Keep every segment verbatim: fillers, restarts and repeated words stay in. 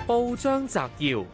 報章摘要：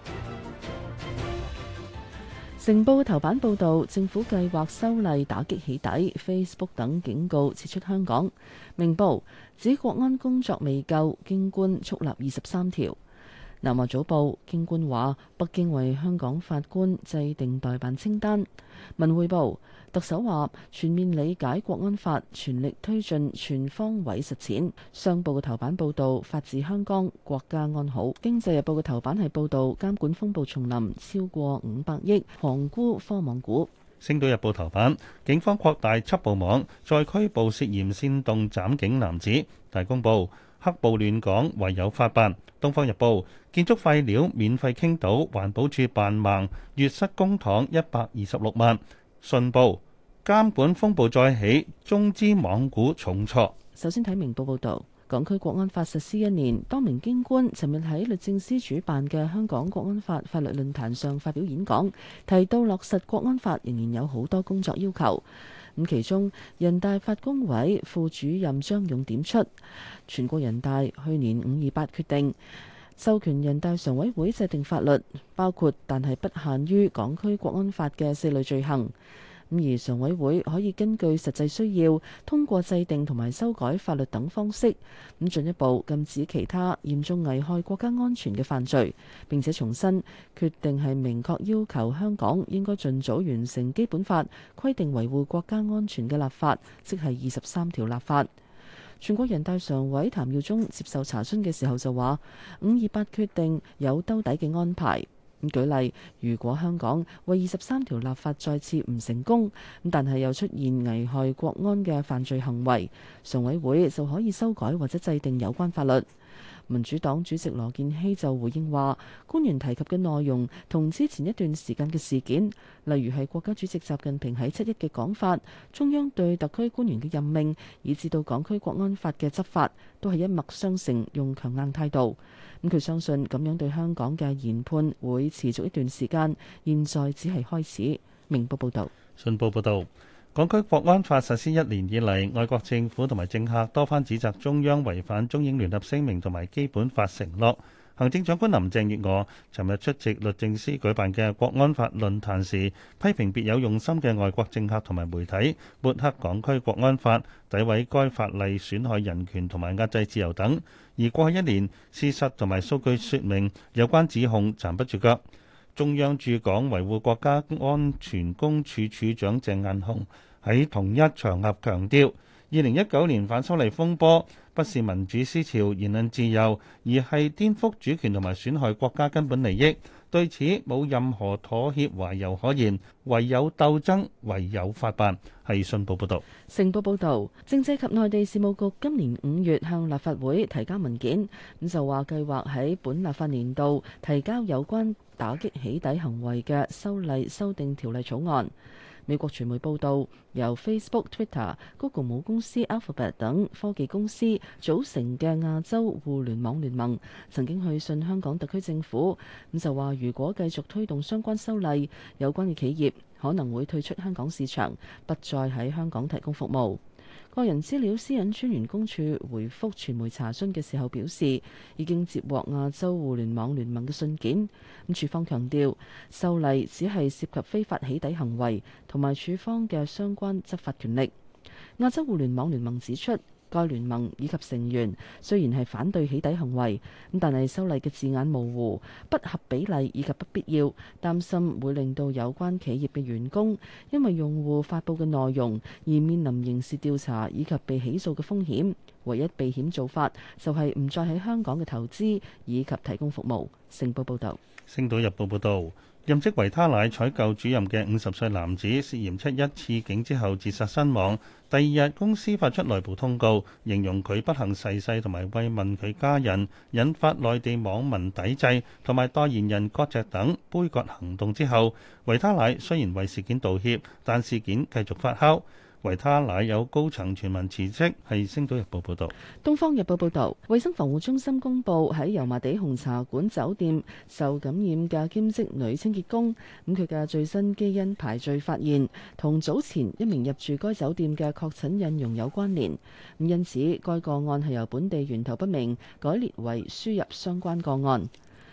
成報頭版報導，政府計劃修例打擊起底 ，Facebook 等警告撤出香港。明報指國安工作未夠，京官速立二十三條。南華早報京官話，北京為香港法官制定代辦清單。文匯報特首話，全面理解國安法，全力推進全方位實踐。商報嘅頭版報導，法治香港，國家安好。經濟日報嘅頭版係報導監管風暴重臨，超過五百億狂沽科網股。 星島日報頭版，警方擴大緝捕網，再拘捕涉嫌煽動斬警男子。大公報黑暴亂港，唯有法辦。東方日報建築廢料免費傾倒，環保署扮盲，月失公帑一百二十六萬。信報監管風暴再起，中資網股重挫。 首先睇明報報導，港區國安法實施一年，多名京官尋日喺律政司主辦嘅香港國安法法律論壇上發表演講，提到落實國安法仍然有好多工作要求。咁其中，人大法工委副主任張勇點出，全國人大去年五二八決定授權人大常委會制定法律，包括但係不限於港區國安法嘅四類罪行。咁而常委會可以根據實際需要，通過制定同埋修改法律等方式，咁進一步禁止其他嚴重危害國家安全嘅犯罪。並且重申決定係明確要求香港應該盡早完成基本法規定維護國家安全嘅立法，即係二十三條立法。全國人大常委譚耀宗接受查詢嘅時候就話：五二八決定有兜底嘅安排。咁舉例，如果香港為二十三條立法再次唔成功，咁但係又出現危害國安嘅犯罪行為，常委會就可以修改或者制定有關法律。民主黨主席羅健熙就回應話，官員提及嘅內容同之前一段時間嘅事件，例如係國家主席習近平喺七一嘅講法，中央對特區官員嘅任命，以至到港區國安法嘅執法，都係一脈相承，用強硬態度。咁佢相信咁樣對香港嘅研判會持續一段時間，現在只係開始。明報報道。 信報報導。港區國安法實施一年以嚟，外國政府同埋政客多番指責中央違反中英聯合聲明同埋基本法承諾。行政長官林鄭月娥尋日出席律政司舉辦嘅國安法論壇時，批評別有用心嘅外國政客同埋媒體抹黑港區國安法，詆毀該法例損害人權同埋壓制自由等。而過去一年，事實同埋數據說明有關指控站不住腳。中央駐港維護國家安全公署署長鄭雁雄喺同一場合強調，二零一九年反修例風波不是民主思潮、言論自由，而係顛覆主權同埋損害國家根本利益。對此冇任何妥協懷柔可言，唯有鬥爭，唯有法辦。係信報報導。 成報報導，政制及內地事務局今年五月向立法會提交文件，咁就話計劃喺本立法年度提交有關打擊起底行為嘅修例修訂條例草案。美國傳媒報道，由 Facebook、Twitter、Google 母公司 Alphabet 等科技公司組成嘅亞洲互聯網聯盟，曾經去信香港特區政府，咁就話如果繼續推動相關修例，有關嘅企業可能會退出香港市場，不再喺香港提供服務。個人資料私隱專員公署回覆傳媒查詢嘅時候表示，已經接獲亞洲互聯網聯盟嘅信件。咁署方強調，修例只係涉及非法起底行為同埋署方嘅相關執法權力。亞洲互聯網聯盟指出，該聯盟以及成員雖然係反對起底行為，咁但係修例嘅字眼模糊、不合比例以及不必要，擔心會令到有關企業嘅員工因為用戶發布嘅內容而面臨刑事調查以及被起訴嘅風險。唯一避險做法就係唔再喺香港嘅投資以及提供服務。成報報導。 星島日報報導。任職維他奶採購主任嘅五十歲男子涉嫌七一刺警之後自殺身亡。第二日，公司發出內部通告，形容佢不幸逝世同埋慰問佢家人，引發內地網民抵制同埋代言人割席等杯葛行動之後，維他奶雖然為事件道歉，但事件繼續發酵。維他奶有高層傳聞辭職。係《星島日報》報導。《 東方日報》報導，衛生防護中心公佈喺油麻地紅茶館酒店受感染嘅兼職女清潔工，咁佢嘅最新基因排序發現同早前一名入住該酒店嘅確診印傭有關聯，咁因此該個案係由本地源頭不明改列為輸入相關個案。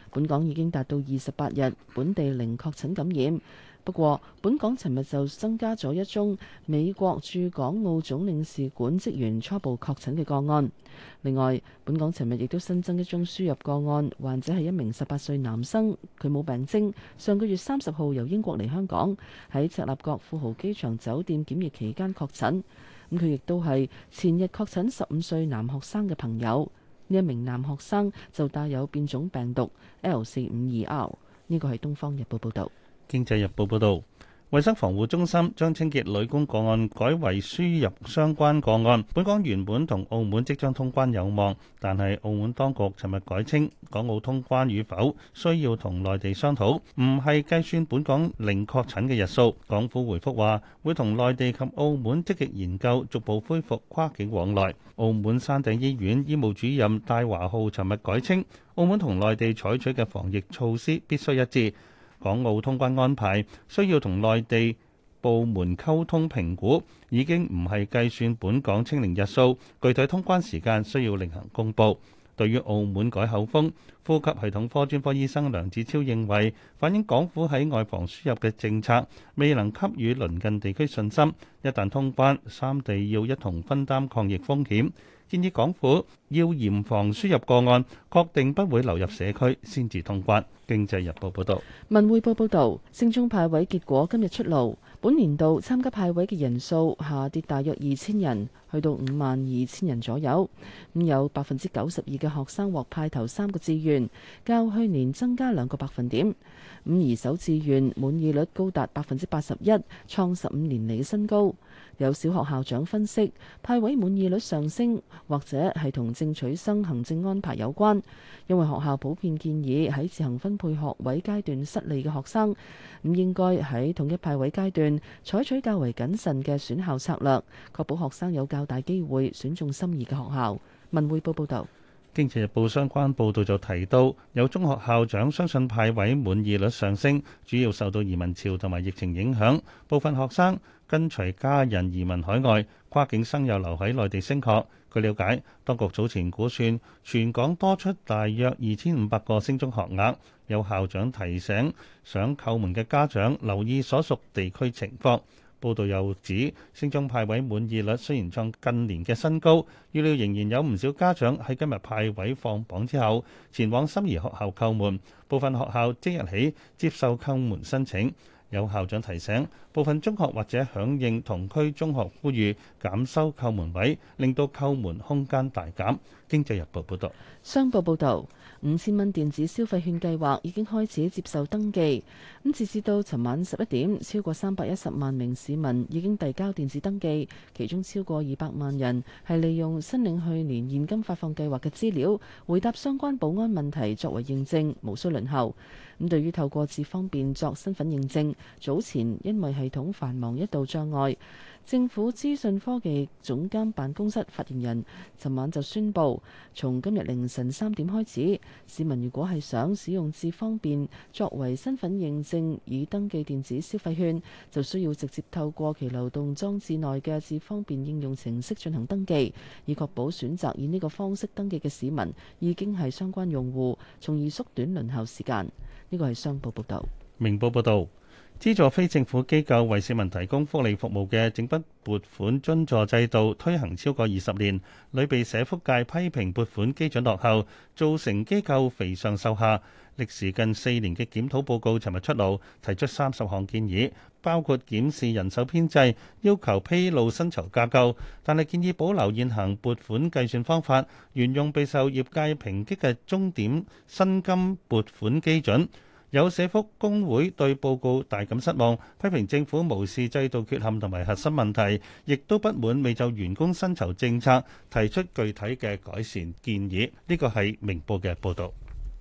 本港已經達到二十八日本地零確診感染。不過，本港尋日就增加咗一宗美國駐港澳總領事館職員初步確診嘅個案。另外，本港尋日亦都新增一宗輸入個案，患者係一名十八歲男生，佢冇病徵，上個月三十號由英國嚟香港，喺赤鱲角富豪機場酒店檢疫期間確診。咁佢亦都係前日確診十五歲男學生嘅朋友。呢一名男學生就帶有變種病毒 L 四五二 R。呢個係《東方日報》報導。 經濟日報報導，衛生防護中心將清潔女工個案改為輸入相關個案。本港原本同澳門即將通關有望，但係澳門當局尋日改稱，港澳通關與否需要同內地商討，唔係計算本港零確診嘅日數。港府回覆話，會同內地及澳門積極研究，逐步恢復跨境往來。澳門山頂醫院醫務主任戴華浩尋日改稱，澳門同內地採取嘅防疫措施必須一致。港澳通關安排需要同內地部門溝通評估，已經唔係計算本港清零日數，具體通關時間需要另行公佈。對於澳門改口風，呼吸系統科專科醫生梁子超認為，反映港府喺外防輸入嘅政策未能給予鄰近地區信心，一旦通關，三地要一同分擔抗疫風險。建議港府要嚴防輸入個案，確定不會流入社區先至通關。經濟日報報導。 文匯報報導，升中派位結果今日出爐，本年度參加派位嘅人數下跌大約二千人，去到五萬二千人左右。咁有百分之九十二嘅學生獲派頭三個志願，較去年增加兩個百分點。咁而首志願滿意率高達百分之八十一，創十五年嚟嘅新高。有小學校長分析，派位滿意率上升，或者係同正取生行政安排有關，因為學校普遍建議喺自行分配學位階段失利嘅學生，咁應該喺統一派位階段採取較為謹慎嘅選校策略，確保學生有較大機會選中心儀嘅學校。文匯報報導。 經濟日報相關報導就提到，有中學校長相信派位滿意率上升，主要受到移民潮同埋疫情影響，部分學生跟隨家人移民海外，跨境生又留喺內地升學。據了解，當局早前估算全港多出大約二千五百個升中學額，有校長提醒想叩門嘅家長留意所屬地區情況。報道又指，升中派位滿意率雖然創近年嘅新高，預料仍然有唔少家長喺今日派位放榜之後前往心儀學校叩門，部分學校即日起接受叩門申請。有校長提醒，部分中學或者響應同區中學呼籲減收叩門位，令到叩門空間大減。經濟日報報道。 商報報導，五千蚊電子消費券計劃已經開始接受登記。咁截至到尋晚十一點，超過三百一十萬名市民已經遞交電子登記，其中超過二百萬人係利用申領去年現金發放計劃嘅資料，回答相關保安問題作為認證，無需輪候。咁對於透過智方便作身份認證，早前因為系統繁忙一度障礙，政府資訊科技總監辦公室發言人尋晚就宣布，從今日凌晨三點開始，市民如果係想使用智方便作為身份認證以登記電子消費券，就需要直接透過其流動裝置內嘅智方便應用程式進行登記，以確保選擇以呢個方式登記嘅市民已經係相關用戶，從而縮短輪候時間。呢個係商報報導。 明報報導，資助非政府機構為市民提供福利服務嘅整筆撥款津助制度推行超過二十年，屢被社福界批評撥款基準落後，造成機構肥上瘦下。歷時近四年嘅檢討報告尋日出爐，提出三十項建議，包括檢視人手編制，要求披露薪酬架構，但係建議保留現行撥款計算方法，沿用備受業界抨擊嘅終點薪金撥款基準。有社福工會對報告大感失望，批評政府無視制度缺陷同埋核心問題，亦都不滿未就員工薪酬政策提出具體嘅改善建議。呢個係明報嘅報導。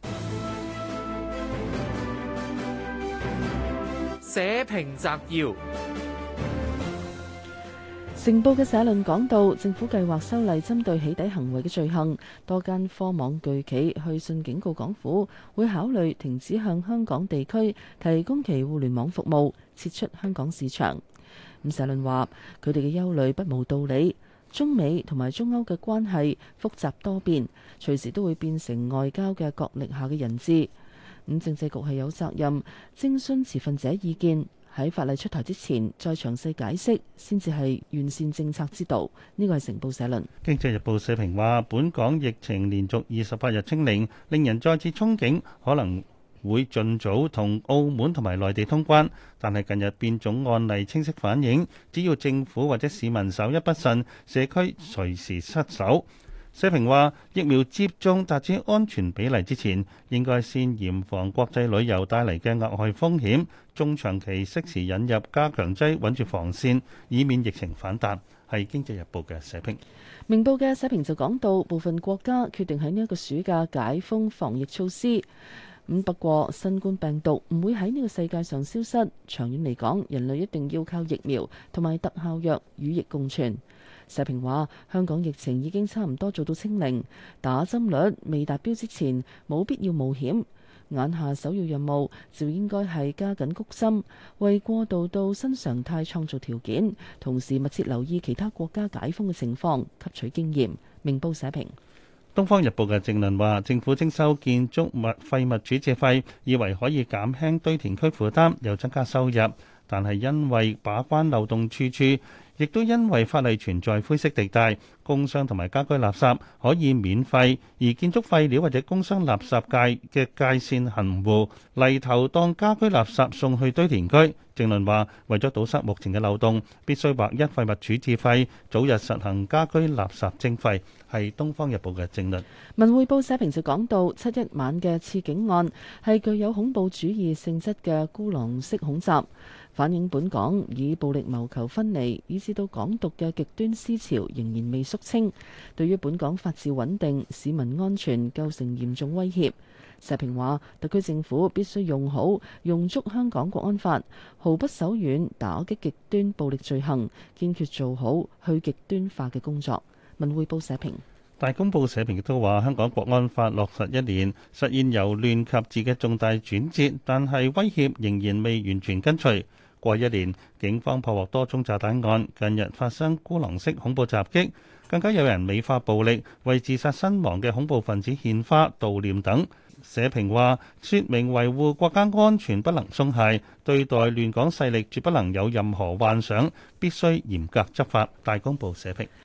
社評摘要。 成報嘅社論講到，政府計劃修例針對起底行為嘅罪行，多間科網巨企去信警告港府，會考慮停止向香港地區提供其互聯網服務，撤出香港市場。咁社論話，佢哋嘅憂慮不無道理。中美同埋中歐嘅關係複雜多變，隨時都會變成外交嘅角力下嘅人質。 咁政制局係有責任徵詢持份者意見，喺法例出台之前再詳細解釋，先至係完善政策之道。呢個係成報社論。 經濟日報社評話，本港疫情連續二十八日清零，令人再次憧憬可能會盡早同澳門同埋內地通關，但係近日變種案例清晰反映，只要政府或者市民稍一不慎，社區隨時失守。社評話，疫苗接種達至安全比例之前，應該先嚴防國際旅遊帶嚟嘅額外風險，中長期適時引入加強劑，穩住防線，以免疫情反彈。係《經濟日報》嘅社評。 明報嘅社評就講到，部分國家決定喺呢一個暑假解封防疫措施。咁不過，新冠病毒唔會喺呢個世界上消失，長遠嚟講，人類一定要靠疫苗同埋特效藥與疫共存。社評話，香港疫情已經差唔多做到清零，打針率未達標之前，冇必要冒險。眼下首要任務就應該係加緊谷針，為過渡到新常態創造條件，同時密切留意其他國家解封嘅情況，吸取經驗。明報社評。 《東方日報》嘅正論話，政府徵收建築物廢物處置費，以為可以減輕堆填區負擔，又增加收入，但係因為把關漏洞處處，亦都因為法例存在灰色地帶，工商同埋家居垃圾可以免費，而建築廢料或者工商垃圾界嘅界線含糊，泥頭當家居垃圾送去堆填區。正論話，為咗堵塞目前嘅漏洞，必須劃一廢物處置費，早日實行家居垃圾徵費。係《東方日報》嘅正論。 文匯報社評就講到，七一晚嘅刺警案係具有恐怖主義性質嘅孤狼式恐襲，反映本港以暴力謀求分離，以至到港獨嘅極端思潮仍然未肅清，對於本港法治穩定、市民安全構成嚴重威脅。社評話，特區政府必須用好、用足香港國安法，毫不手軟打擊極端暴力罪行，堅決做好去極端化嘅工作。文匯報社評。 大公報社評亦都話，香港國安法落實一年，實現由亂及治嘅重大轉折，但係威脅仍然未完全根除。過一年，警方破獲多宗炸彈案，近日發生孤狼式恐怖襲擊，更加有人美化暴力，為自殺身亡嘅恐怖分子獻花悼念等。社評話，說明維護國家安全不能鬆懈，對待亂港勢力絕不能有任何幻想，必須嚴格執法。大公報社評。